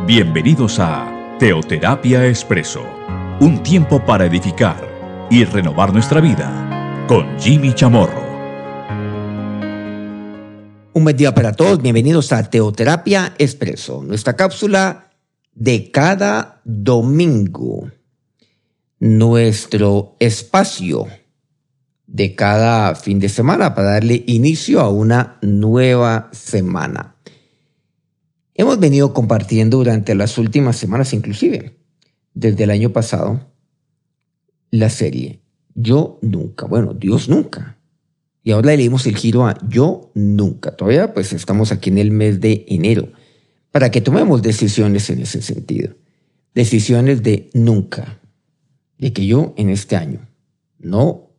Bienvenidos a Teoterapia Expreso, un tiempo para edificar y renovar nuestra vida con Jimmy Chamorro. Un buen día para todos, bienvenidos a Teoterapia Expreso, nuestra cápsula de cada domingo, nuestro espacio de cada fin de semana para darle inicio a una nueva semana. Hemos venido compartiendo durante las últimas semanas, inclusive desde el año pasado, la serie Yo Nunca, Dios Nunca. Y ahora le dimos el giro a Yo Nunca. Todavía pues estamos aquí en el mes de enero para que tomemos decisiones en ese sentido. Decisiones de nunca. De que yo en este año no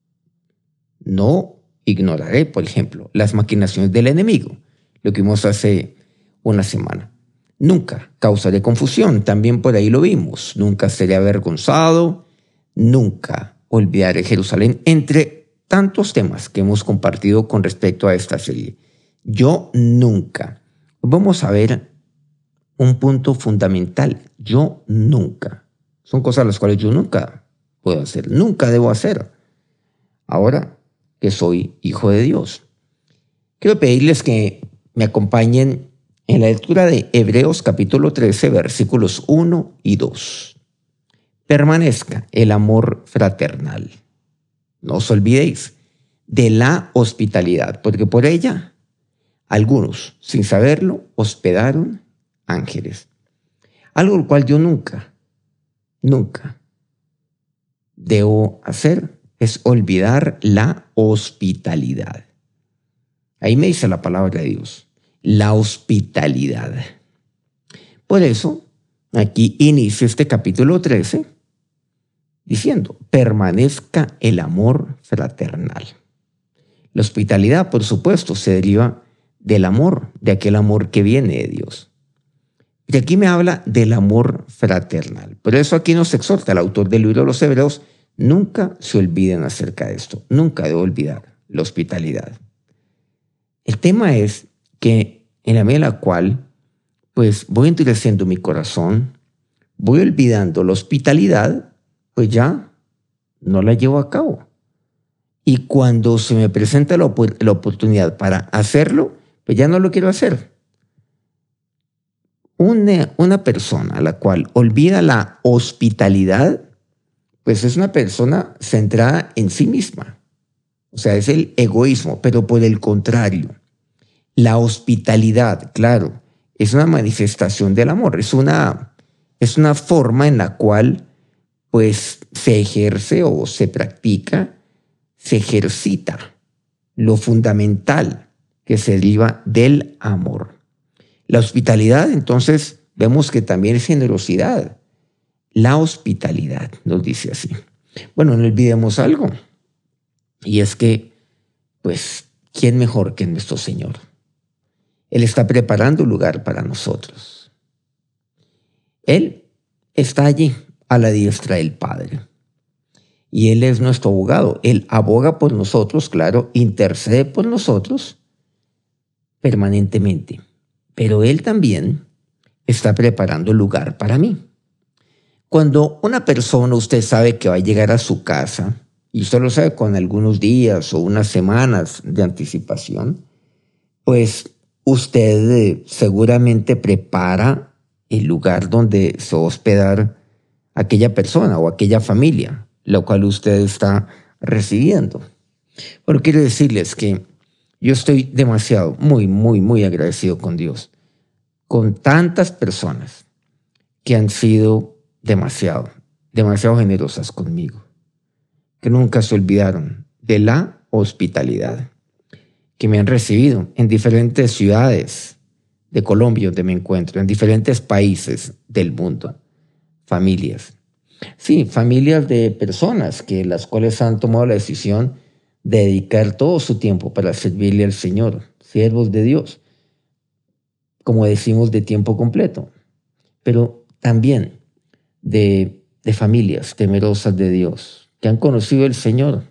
ignoraré, por ejemplo, las maquinaciones del enemigo. Lo que vimos hace una semana. Nunca causaré confusión, también por ahí lo vimos. Nunca seré avergonzado, nunca olvidaré Jerusalén, entre tantos temas que hemos compartido con respecto a esta serie. Yo nunca. Vamos a ver un punto fundamental. Yo nunca. Son cosas las cuales yo nunca puedo hacer, nunca debo hacer. Ahora que soy hijo de Dios. Quiero pedirles que me acompañen en la lectura de Hebreos capítulo 13, versículos 1 y 2. Permanezca el amor fraternal. No os olvidéis de la hospitalidad, porque por ella algunos, sin saberlo, hospedaron ángeles. Algo el cual yo nunca debo hacer es olvidar la hospitalidad. Ahí me dice la palabra de Dios. La hospitalidad. Por eso, aquí inicio este capítulo 13 diciendo, permanezca el amor fraternal. La hospitalidad, por supuesto, se deriva del amor, de aquel amor que viene de Dios. Y aquí me habla del amor fraternal. Por eso aquí nos exhorta el autor del libro de los Hebreos, nunca se olviden acerca de esto. Nunca debo olvidar la hospitalidad. El tema es que en la medida en la cual pues voy endureciendo mi corazón, voy olvidando la hospitalidad, pues ya no la llevo a cabo. Y cuando se me presenta la oportunidad para hacerlo, pues ya no lo quiero hacer. Una persona a la cual olvida la hospitalidad, pues es una persona centrada en sí misma. O sea, es el egoísmo, pero por el contrario, la hospitalidad, claro, es una manifestación del amor, es una forma en la cual pues se ejerce o se practica, se ejercita lo fundamental que se deriva del amor. La hospitalidad, entonces, vemos que también es generosidad. La hospitalidad, nos dice así. Bueno, no olvidemos algo, y es que, pues, ¿quién mejor que nuestro Señor? Él está preparando un lugar para nosotros. Él está allí a la diestra del Padre. Y Él es nuestro abogado. Él aboga por nosotros, claro, intercede por nosotros permanentemente. Pero Él también está preparando un lugar para mí. Cuando una persona, usted sabe que va a llegar a su casa, y usted lo sabe con algunos días o unas semanas de anticipación, pues usted seguramente prepara el lugar donde se va a hospedar aquella persona o aquella familia, la cual usted está recibiendo. Bueno, quiero decirles que yo estoy demasiado, muy agradecido con Dios, con tantas personas que han sido demasiado generosas conmigo, que nunca se olvidaron de la hospitalidad, que me han recibido en diferentes ciudades de Colombia donde me encuentro, en diferentes países del mundo, familias. Sí, familias de personas que las cuales han tomado la decisión de dedicar todo su tiempo para servirle al Señor, siervos de Dios, como decimos, de tiempo completo, pero también de familias temerosas de Dios, que han conocido al Señor,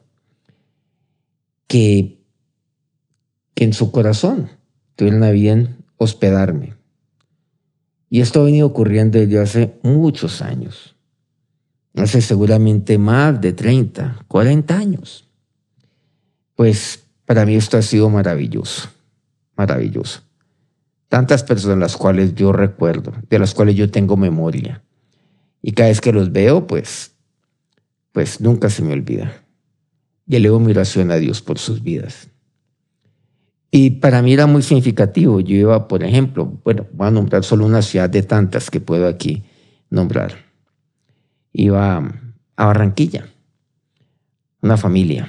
que en su corazón tuvieron a bien hospedarme Y esto ha venido ocurriendo desde hace muchos años. Hace seguramente más de 30, 40 años. Pues para mí esto ha sido maravilloso, maravilloso. Tantas personas las cuales yo recuerdo, de las cuales yo tengo memoria. Y cada vez que los veo, pues nunca se me olvida. Y elevo mi oración a Dios por sus vidas. Y para mí era muy significativo. Yo iba, por ejemplo, voy a nombrar solo una ciudad de tantas que puedo aquí nombrar. Iba a Barranquilla, una familia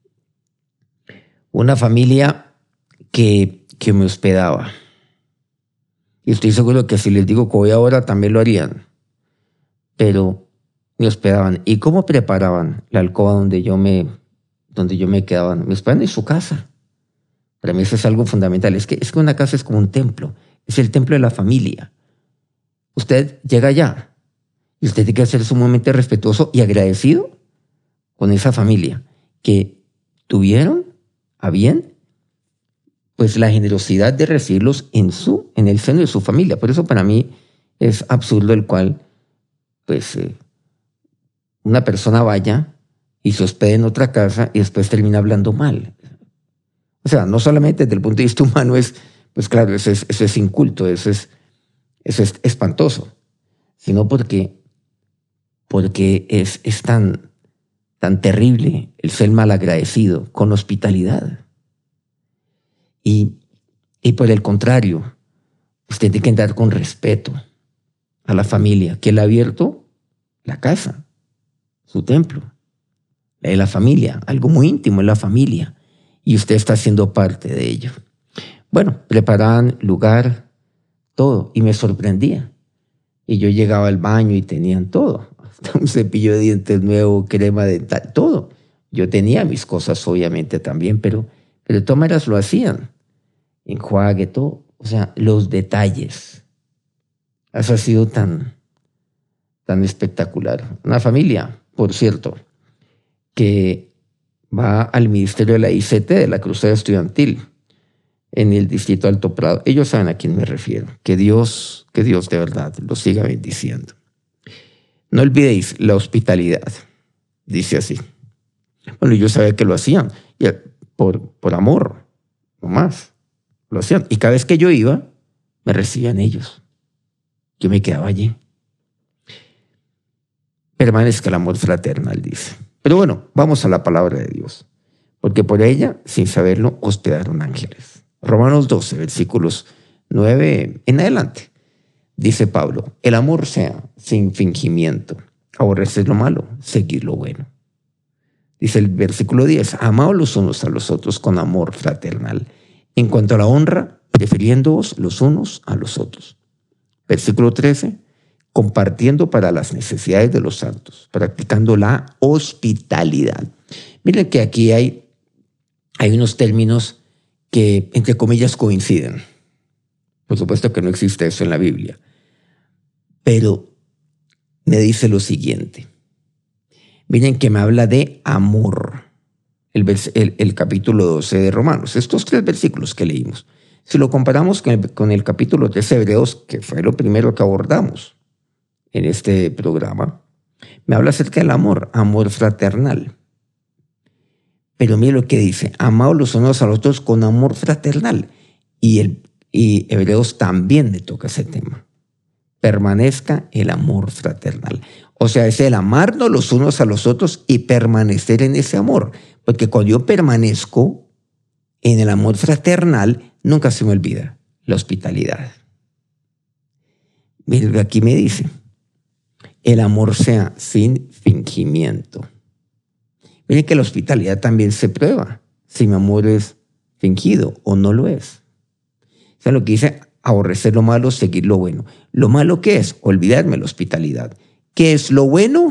que me hospedaba. Y estoy seguro que si les digo que voy ahora también lo harían. Pero me hospedaban. ¿Y cómo preparaban la alcoba donde yo me quedaba? Me hospedaban en su casa. Para mí eso es algo fundamental. Es que una casa es como un templo. Es el templo de la familia. Usted llega allá y usted tiene que ser sumamente respetuoso y agradecido con esa familia que tuvieron a bien pues la generosidad de recibirlos en el seno de su familia. Por eso para mí es absurdo el cual pues una persona vaya y se hospede en otra casa y después termina hablando mal. O sea, no solamente desde el punto de vista humano pues claro, eso es inculto, eso es espantoso, sino porque es tan terrible el ser malagradecido con hospitalidad. Y por el contrario, usted tiene que andar con respeto a la familia, que él ha abierto la casa, su templo, la de la familia, algo muy íntimo en la familia, y usted está siendo parte de ello. Bueno, preparaban lugar, todo, y me sorprendía. Y yo llegaba al baño y tenían todo, un cepillo de dientes nuevo, crema dental, todo. Yo tenía mis cosas, obviamente, también, pero de todas maneras lo hacían. Enjuague, todo. O sea, los detalles. Eso ha sido tan espectacular. Una familia, por cierto, que va al ministerio de la ICT, de la Cruzada Estudiantil, en el distrito Alto Prado. Ellos saben a quién me refiero. Que Dios de verdad los siga bendiciendo. No olvidéis la hospitalidad, dice así. Bueno, yo sabía que lo hacían, y por amor, no más. Lo hacían. Y cada vez que yo iba, me recibían ellos. Yo me quedaba allí. Permanezca el amor fraternal, dice. Pero bueno, vamos a la palabra de Dios. Porque por ella, sin saberlo, hospedaron ángeles. Romanos 12, versículos 9 en adelante. Dice Pablo, el amor sea sin fingimiento. Aborrecer lo malo, seguir lo bueno. Dice el versículo 10, amaos los unos a los otros con amor fraternal. En cuanto a la honra, prefiriéndoos los unos a los otros. Versículo 13, compartiendo para las necesidades de los santos, practicando la hospitalidad. Miren que aquí hay unos términos que, entre comillas, coinciden. Por supuesto que no existe eso en la Biblia. Pero me dice lo siguiente. Miren que me habla de amor. El capítulo 12 de Romanos. Estos 3 versículos que leímos. Si lo comparamos con el capítulo 13 de Hebreos, que fue lo primero que abordamos en este programa, me habla acerca del amor fraternal. Pero mire lo que dice, amaos los unos a los otros con amor fraternal. Y Hebreos también me toca ese tema. Permanezca el amor fraternal. O sea, es el amarnos los unos a los otros y permanecer en ese amor. Porque cuando yo permanezco en el amor fraternal, nunca se me olvida la hospitalidad. Mire, aquí me dice, el amor sea sin fingimiento. Miren que la hospitalidad también se prueba si mi amor es fingido o no lo es. O sea, lo que dice, aborrecer lo malo, seguir lo bueno. ¿Lo malo qué es? Olvidarme la hospitalidad. ¿Qué es lo bueno?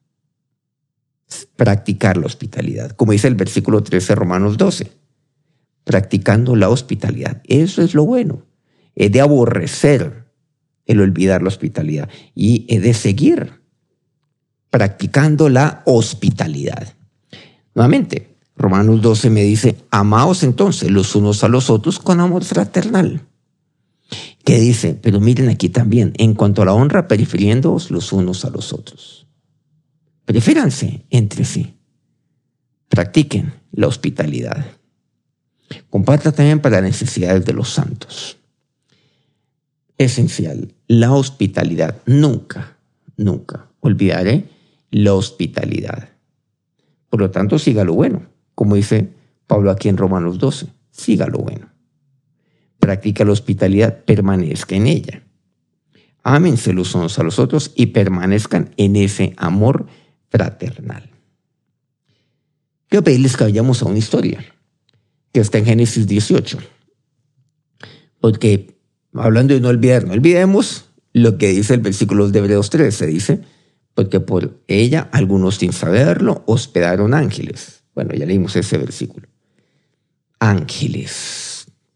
Practicar la hospitalidad. Como dice el versículo 13 de Romanos 12. Practicando la hospitalidad. Eso es lo bueno. Es de aborrecer el olvidar la hospitalidad. Y es de seguir practicando la hospitalidad. Nuevamente, Romanos 12 me dice, amaos entonces los unos a los otros con amor fraternal. que dice, pero miren aquí también, en cuanto a la honra, prefiriéndoos los unos a los otros. Prefíranse entre sí. Practiquen la hospitalidad. Comparta también para las necesidades de los santos. Esencial, la hospitalidad. Nunca, nunca olvidaré la hospitalidad. Por lo tanto, siga lo bueno. Como dice Pablo aquí en Romanos 12, siga lo bueno. Practica la hospitalidad, permanezca en ella. Ámense los unos a los otros y permanezcan en ese amor fraternal. Quiero pedirles que vayamos a una historia que está en Génesis 18. Porque hablando de no olvidar, no olvidemos lo que dice el versículo de Hebreos 13. Dice, porque por ella algunos sin saberlo hospedaron ángeles. Bueno, ya leímos ese versículo. Ángeles.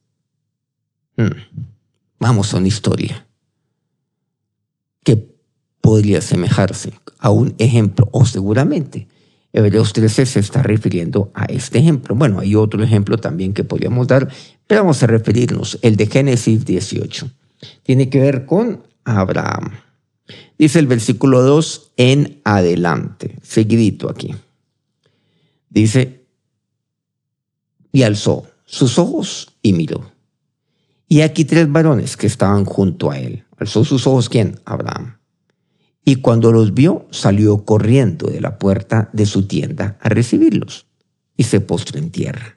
Vamos a una historia que podría asemejarse a un ejemplo, o seguramente Hebreos 13 se está refiriendo a este ejemplo. Bueno, hay otro ejemplo también que podríamos dar, pero vamos a referirnos, el de Génesis 18. Tiene que ver con Abraham. Dice el versículo 2 en adelante, seguidito aquí. Dice, y alzó sus ojos y miró. Y aquí 3 varones que estaban junto a él. Alzó sus ojos, ¿quién? Abraham. Y cuando los vio, salió corriendo de la puerta de su tienda a recibirlos. Y se postró en tierra.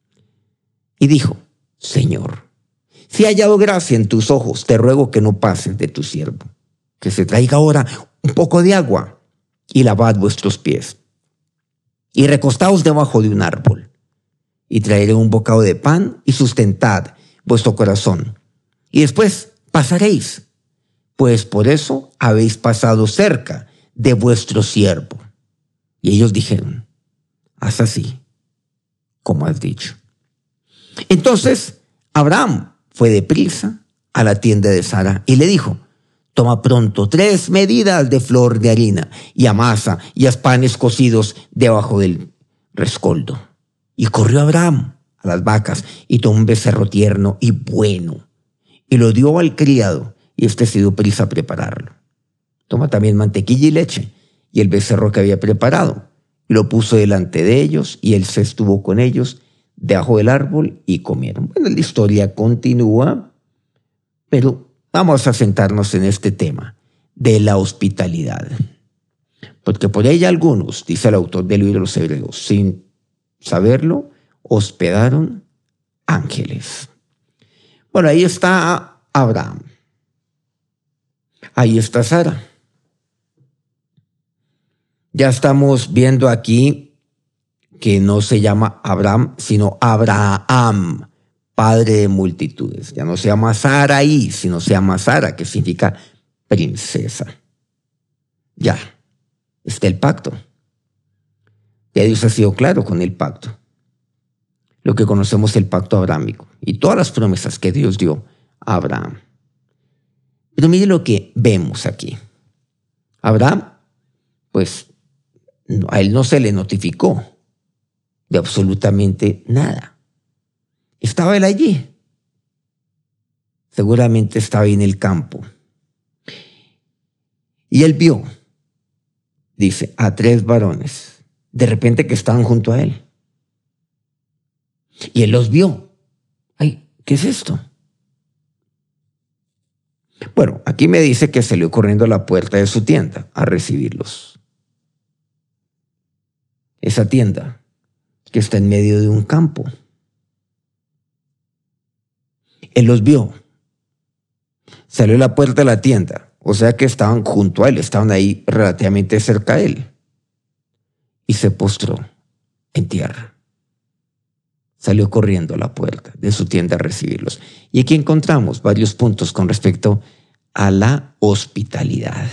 Y dijo, Señor, si he hallado gracia en tus ojos, te ruego que no pases de tu siervo. Que se traiga ahora un poco de agua y lavad vuestros pies. Y recostaos debajo de un árbol. Y traeré un bocado de pan y sustentad vuestro corazón. Y después pasaréis, pues por eso habéis pasado cerca de vuestro siervo. Y ellos dijeron, haz así, como has dicho. Entonces Abraham fue deprisa a la tienda de Sara y le dijo, toma pronto 3 medidas de flor de harina y amasa y haz panes cocidos debajo del rescoldo. Y corrió Abraham a las vacas y tomó un becerro tierno y bueno y lo dio al criado y éste se dio prisa a prepararlo. Toma también mantequilla y leche y el becerro que había preparado y lo puso delante de ellos y él se estuvo con ellos debajo del árbol y comieron. Bueno, la historia continúa, pero vamos a sentarnos en este tema de la hospitalidad. Porque por ella algunos, dice el autor del libro de los Hebreos, sin saberlo, hospedaron ángeles. Bueno, ahí está Abraham. Ahí está Sara. Ya estamos viendo aquí que no se llama Abraham, sino Abraham, padre de multitudes. Ya no se llama Saraí, sino se llama Sara, que significa princesa. Ya está el pacto. Ya Dios ha sido claro con el pacto. Lo que conocemos el pacto abrámico y todas las promesas que Dios dio a Abraham. Pero mire lo que vemos aquí. Abraham, pues, a él no se le notificó de absolutamente nada. Estaba él allí. Seguramente estaba ahí en el campo. Y él vio, dice, a 3 varones, de repente que estaban junto a él. Y él los vio. Ay, ¿qué es esto? Bueno, aquí me dice que salió corriendo a la puerta de su tienda a recibirlos. Esa tienda que está en medio de un campo. Él los vio. Salió a la puerta de la tienda. O sea que estaban junto a él, estaban ahí relativamente cerca de él. Y se postró en tierra. Salió corriendo a la puerta de su tienda a recibirlos. Y aquí encontramos varios puntos con respecto a la hospitalidad.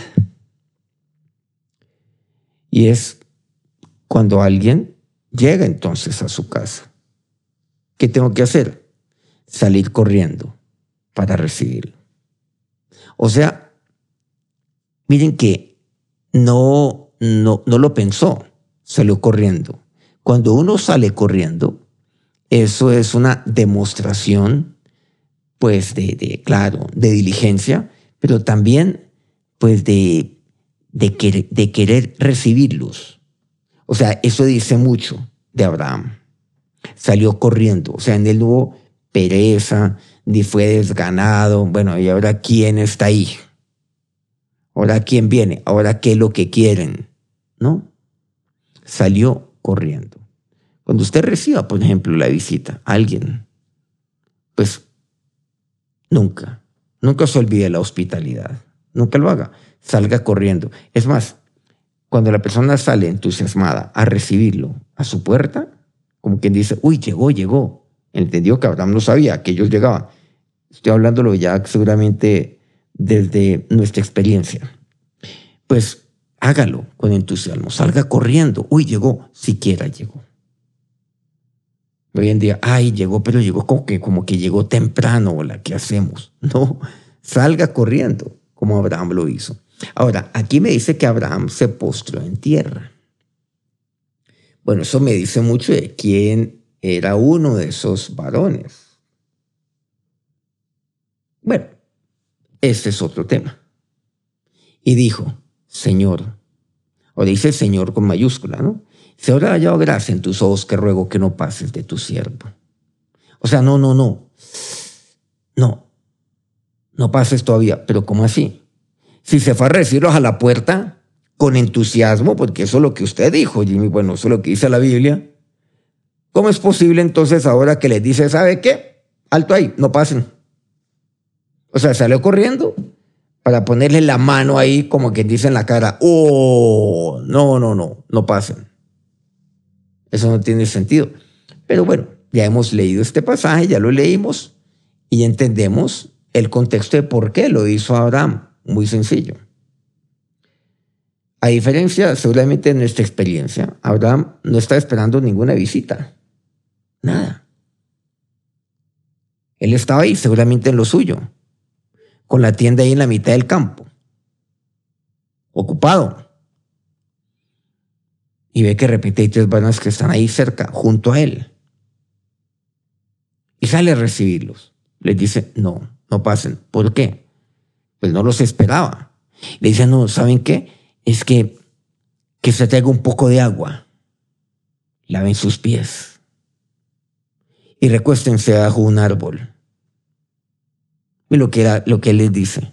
Y es cuando alguien llega entonces a su casa. ¿Qué tengo que hacer? Salir corriendo para recibirlo. O sea, miren que no lo pensó, salió corriendo. Cuando uno sale corriendo, eso es una demostración pues claro, de diligencia, pero también pues de querer recibirlos. O sea, eso dice mucho de Abraham. Salió corriendo, o sea, en él no hubo pereza, ni fue desganado. Bueno, ¿y ahora quién está ahí? ¿Ahora quién viene? ¿Ahora qué es lo que quieren? ¿No? Salió corriendo. Cuando usted reciba, por ejemplo, la visita a alguien, pues nunca se olvide la hospitalidad. Nunca lo haga. Salga corriendo. Es más, cuando la persona sale entusiasmada a recibirlo a su puerta, como quien dice, uy, llegó. Entendió que Abraham no sabía que ellos llegaban. Estoy hablándolo ya seguramente desde nuestra experiencia. Pues hágalo con entusiasmo, salga corriendo. Uy, llegó, siquiera llegó. Hoy en día, ay, llegó, pero llegó como que llegó temprano, ¿la qué hacemos? No, salga corriendo, como Abraham lo hizo. Ahora, aquí me dice que Abraham se postró en tierra. Bueno, eso me dice mucho de quién era uno de esos varones. Bueno, este es otro tema. Y dijo, Señor, o dice Señor con mayúscula, ¿no? Si ahora he hallado gracia en tus ojos, que ruego que no pases de tu siervo. O sea, no pases todavía. Pero ¿cómo así? Si se fue a recibirlos a la puerta con entusiasmo, porque eso es lo que usted dijo, Jimmy, bueno, eso es lo que dice la Biblia, ¿cómo es posible entonces ahora que les dice, ¿sabe qué? Alto ahí, no pasen. O sea, salió corriendo para ponerle la mano ahí, como quien dice en la cara, oh, no pasen. Eso no tiene sentido. Pero bueno, ya hemos leído este pasaje, ya lo leímos y entendemos el contexto de por qué lo hizo Abraham. Muy sencillo. A diferencia, seguramente de nuestra experiencia, Abraham no está esperando ninguna visita. Nada. Él estaba ahí, seguramente en lo suyo, con la tienda ahí en la mitad del campo, ocupado. Y ve que de repente hay 3 varones que están ahí cerca, junto a él. Y sale a recibirlos. Les dice, no pasen. ¿Por qué? Pues no los esperaba. Le dice, no, ¿saben qué? Es que se traiga un poco de agua. Laven sus pies. Y recuéstense bajo un árbol. Y lo que él les dice.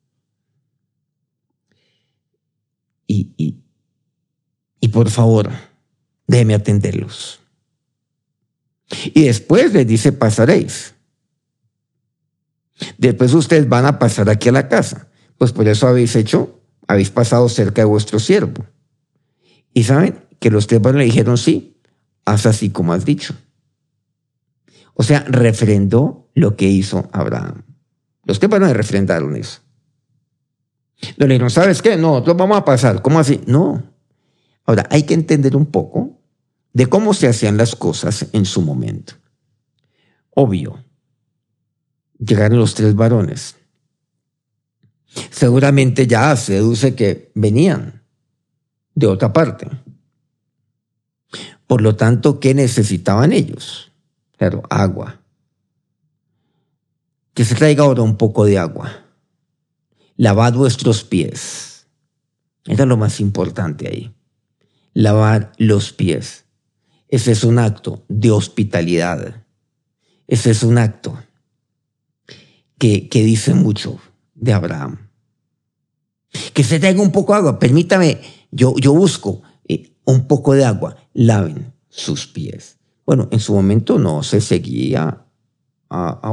Y por favor, déjeme atenderlos. Y después les dice, pasaréis. Después ustedes van a pasar aquí a la casa. Pues por eso habéis pasado cerca de vuestro siervo. Y saben que los 3 varones le dijeron, sí, haz así como has dicho. O sea, refrendó lo que hizo Abraham. Los 3 varones refrendaron eso. No le dijeron, ¿sabes qué? No, nosotros vamos a pasar. ¿Cómo así? No. Ahora, hay que entender un poco de cómo se hacían las cosas en su momento. Obvio, llegaron los 3 varones. Seguramente ya se deduce que venían de otra parte. Por lo tanto, ¿qué necesitaban ellos? Claro, agua. Que se traiga ahora un poco de agua. Lavad vuestros pies. Era lo más importante ahí. Lavar los pies. Ese es un acto de hospitalidad. Ese es un acto que dice mucho de Abraham. Que se traiga un poco de agua. Permítame, yo busco un poco de agua. Laven sus pies. Bueno, en su momento no se seguía a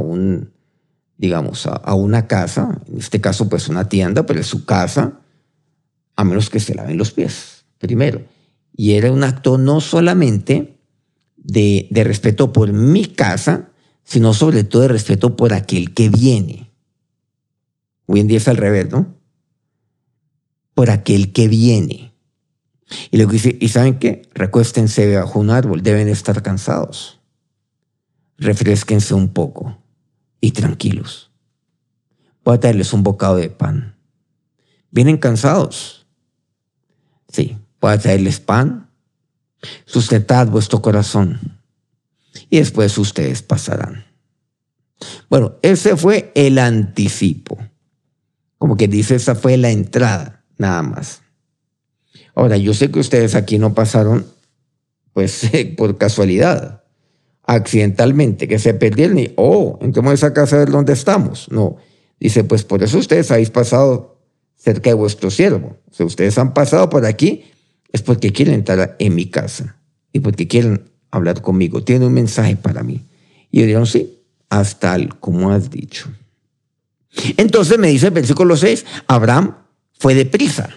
una casa, en este caso pues una tienda, pero es su casa, a menos que se laven los pies primero. Y era un acto no solamente de respeto por mi casa, sino sobre todo de respeto por aquel que viene. Hoy en día es al revés, ¿no? Por aquel que viene. Y luego dice, ¿y saben qué? Recuéstense bajo un árbol, deben estar cansados. Refrésquense un poco y tranquilos. Voy a traerles un bocado de pan. ¿Vienen cansados? Sí, voy a traerles pan. Sustentad vuestro corazón y después ustedes pasarán. Bueno, ese fue el anticipo. Como que dice, esa fue la entrada, nada más. Ahora, yo sé que ustedes aquí no pasaron, pues, por casualidad, accidentalmente, que se perdieron y, entremos a esa casa a ver dónde estamos. No, dice, pues por eso ustedes habéis pasado cerca de vuestro siervo. O sea, ustedes han pasado por aquí, es porque quieren entrar en mi casa y porque quieren hablar conmigo. Tienen un mensaje para mí. Y ellos dijeron, sí, haz tal como has dicho. Entonces me dice el versículo 6, Abraham fue deprisa.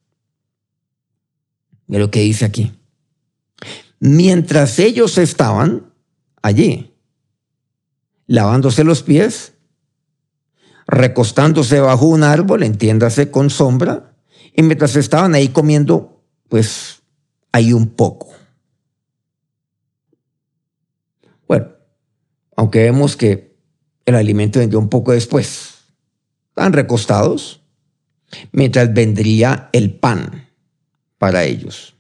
De lo que dice aquí. Mientras ellos estaban allí, lavándose los pies, recostándose bajo un árbol, entiéndase con sombra, y mientras estaban ahí comiendo, pues ahí un poco. Bueno, aunque vemos que el alimento vendría un poco después. Estaban recostados mientras vendría el pan para ellos.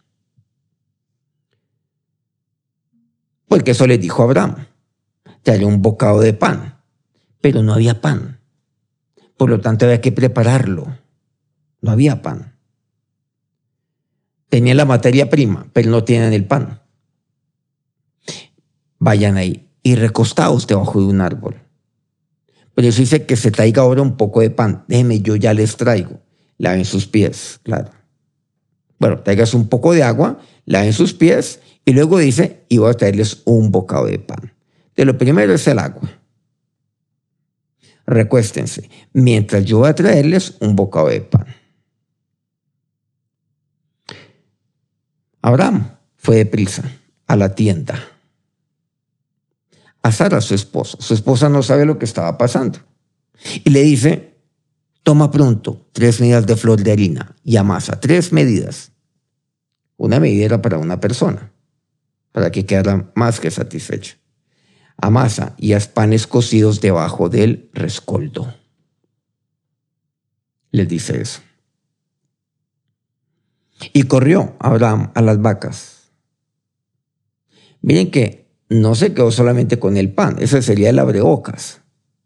Porque eso les dijo Abraham, te haré un bocado de pan, pero no había pan. Por lo tanto había que prepararlo. No había pan. Tenían la materia prima, pero no tienen el pan. Vayan ahí y recostados debajo de un árbol. Pero eso dice que se traiga ahora un poco de pan. Déjeme, yo ya les traigo. Laven sus pies, claro. Bueno, traigas un poco de agua, laven sus pies y luego dice, y voy a traerles un bocado de pan. De lo primero es el agua. Recuéstense, mientras yo voy a traerles un bocado de pan. Abraham fue deprisa a la tienda. A Sara, su esposa. Su esposa no sabe lo que estaba pasando. Y le dice, toma pronto 3 medidas de flor de harina y amasa 3 medidas. Una medida era para una persona, para que quedara más que satisfecha. Amasa y haz panes cocidos debajo del rescoldo. Les dice eso. Y corrió Abraham a las vacas. Miren que no se quedó solamente con el pan, ese sería el abrebocas.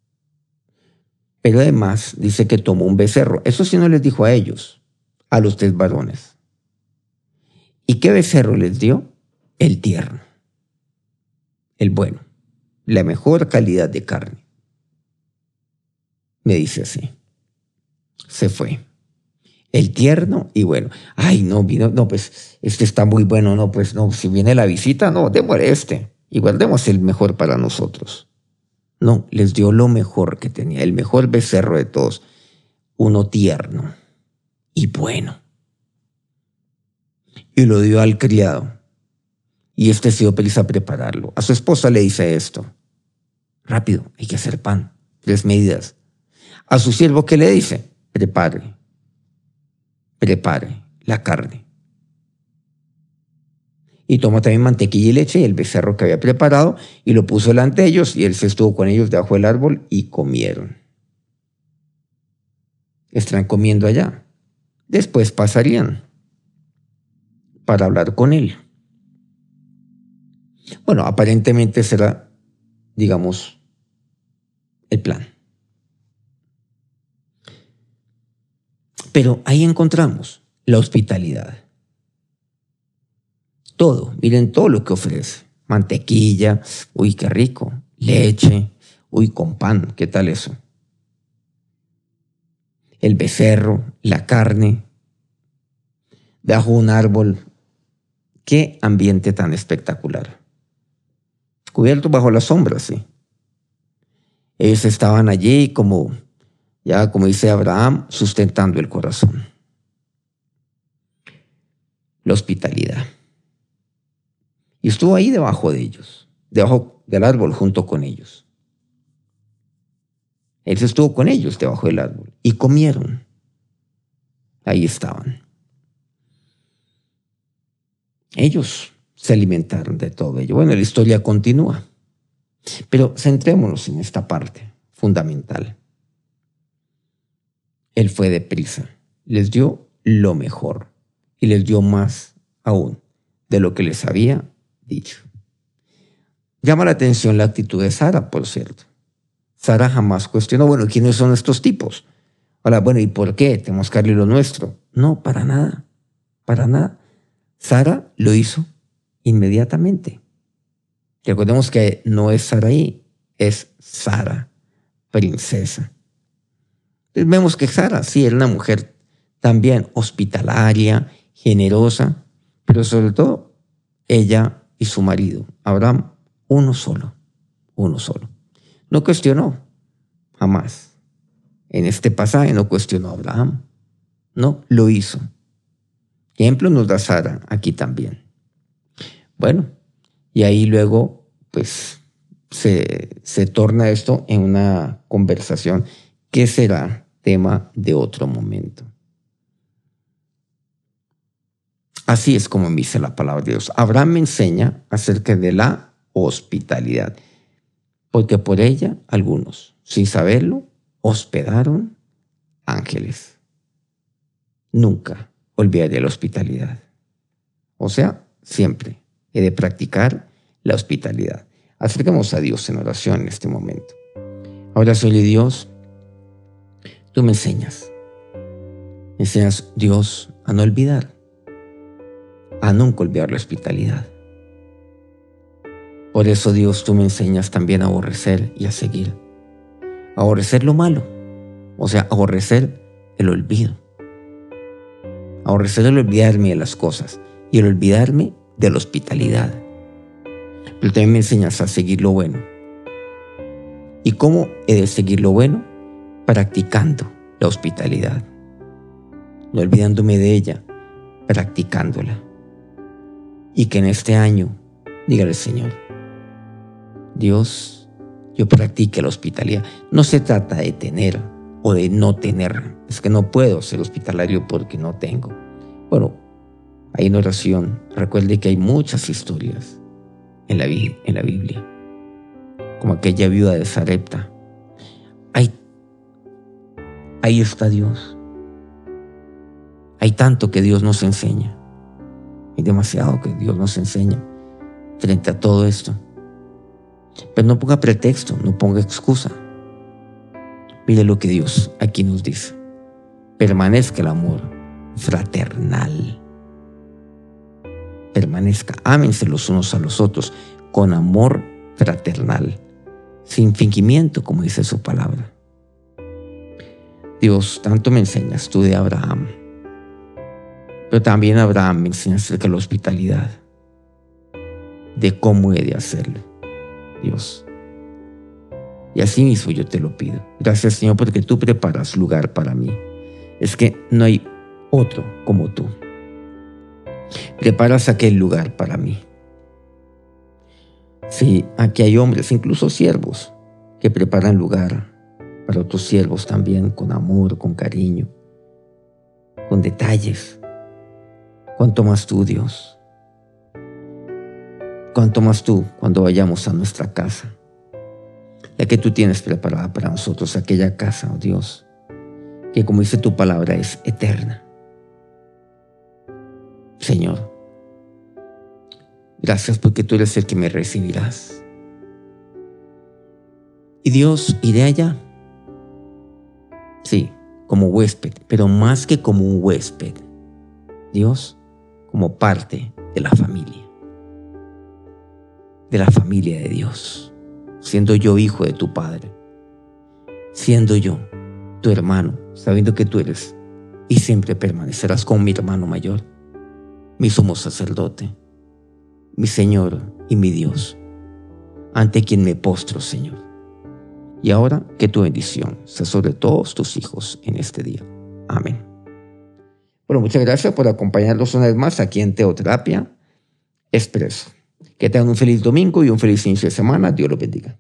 Pero además dice que tomó un becerro. Eso sí no les dijo a ellos, a los 3 varones. ¿Y qué becerro les dio? El tierno, el bueno, la mejor calidad de carne. Me dice así. Se fue. El tierno y bueno. Ay, no, vino, no, pues este está muy bueno, no, pues no, si viene la visita, no, démosle este. Igual demos el mejor para nosotros. No, les dio lo mejor que tenía, el mejor becerro de todos. Uno tierno y bueno. Y lo dio al criado. Y este se dio prisa a prepararlo. A su esposa le dice esto. Rápido, hay que hacer pan. 3 medidas. A su siervo, ¿qué le dice? Prepare la carne. Y tomó también mantequilla y leche y el becerro que había preparado y lo puso delante de ellos y él se estuvo con ellos debajo del árbol y comieron. Están comiendo allá. Después pasarían para hablar con él. Bueno, aparentemente será, digamos, el plan. Pero ahí encontramos la hospitalidad. Todo, miren todo lo que ofrece. Mantequilla, uy, qué rico. Leche, uy, con pan, ¿qué tal eso? El becerro, la carne, debajo de un árbol. Qué ambiente tan espectacular. Cubiertos bajo la sombra, sí. Ellos estaban allí como dice Abraham, sustentando el corazón. La hospitalidad. Y estuvo ahí debajo de ellos, debajo del árbol junto con ellos. Él estuvo con ellos debajo del árbol y comieron. Ahí estaban. Ellos se alimentaron de todo ello. Bueno, la historia continúa. Pero centrémonos en esta parte fundamental. Él fue deprisa, les dio lo mejor y les dio más aún de lo que les había dicho. Llama la atención la actitud de Sara, por cierto. Sara jamás cuestionó, bueno, ¿quiénes son estos tipos? Ahora, bueno, ¿y por qué? Tenemos que darle lo nuestro. No, para nada, para nada. Sara lo hizo inmediatamente. Recordemos que no es Saraí, es Sara, princesa. Entonces vemos que Sara sí era una mujer también hospitalaria, generosa, pero sobre todo ella y su marido, Abraham, uno solo. No cuestionó, jamás. En este pasaje no cuestionó a Abraham, no, lo hizo. Ejemplo nos da Sara aquí también. Bueno, y ahí luego, pues, se torna esto en una conversación que será tema de otro momento. Así es como me dice la palabra de Dios. Abraham me enseña acerca de la hospitalidad, porque por ella algunos, sin saberlo, hospedaron ángeles. Nunca olvidaré la hospitalidad. O sea, siempre he de practicar la hospitalidad. Acerquemos a Dios en oración en este momento. Ahora, soy Dios, tú me enseñas. Me enseñas, Dios, a no olvidar, a nunca olvidar la hospitalidad. Por eso, Dios, tú me enseñas también a aborrecer y a seguir. A aborrecer lo malo, o sea, aborrecer el olvido. Aborrecer el olvidarme de las cosas y el olvidarme de la hospitalidad. Pero también me enseñas a seguir lo bueno. ¿Y cómo he de seguir lo bueno? Practicando la hospitalidad. No olvidándome de ella, practicándola. Y que en este año diga al Señor, Dios, yo practique la hospitalidad. No se trata de tener o de no tener. Es que no puedo ser hospitalario porque no tengo. Bueno, ahí en oración, recuerde que hay muchas historias en la Biblia, como aquella viuda de Sarepta. Ahí está Dios. Hay tanto que Dios nos enseña. Hay demasiado que Dios nos enseña frente a todo esto. Pero no ponga pretexto, no ponga excusa. Mire lo que Dios aquí nos dice. Permanezca el amor fraternal. Permanezca, ámense los unos a los otros con amor fraternal, sin fingimiento, como dice su palabra. Dios, tanto me enseñas tú de Abraham, pero también Abraham me enseña acerca de la hospitalidad, de cómo he de hacerlo, Dios. Y así mismo yo te lo pido. Gracias, Señor, porque tú preparas lugar para mí. Es que no hay otro como tú. Preparas aquel lugar para mí. Sí, aquí hay hombres, incluso siervos, que preparan lugar para otros siervos también, con amor, con cariño, con detalles. Cuánto más tú, Dios. Cuánto más tú cuando vayamos a nuestra casa, la que tú tienes preparada para nosotros, aquella casa, oh Dios, que como dice tu palabra es eterna. Señor, gracias porque tú eres el que me recibirás. Y Dios, iré allá. Sí, como huésped, pero más que como un huésped. Dios, como parte de la familia. De la familia de Dios. Siendo yo hijo de tu Padre. Siendo yo tu hermano, sabiendo que tú eres y siempre permanecerás como mi hermano mayor, mi sumo sacerdote, mi Señor y mi Dios, ante quien me postro, Señor. Y ahora que tu bendición sea sobre todos tus hijos en este día. Amén. Bueno, muchas gracias por acompañarnos una vez más aquí en Teoterapia Expreso. Que tengan un feliz domingo y un feliz inicio de semana. Dios los bendiga.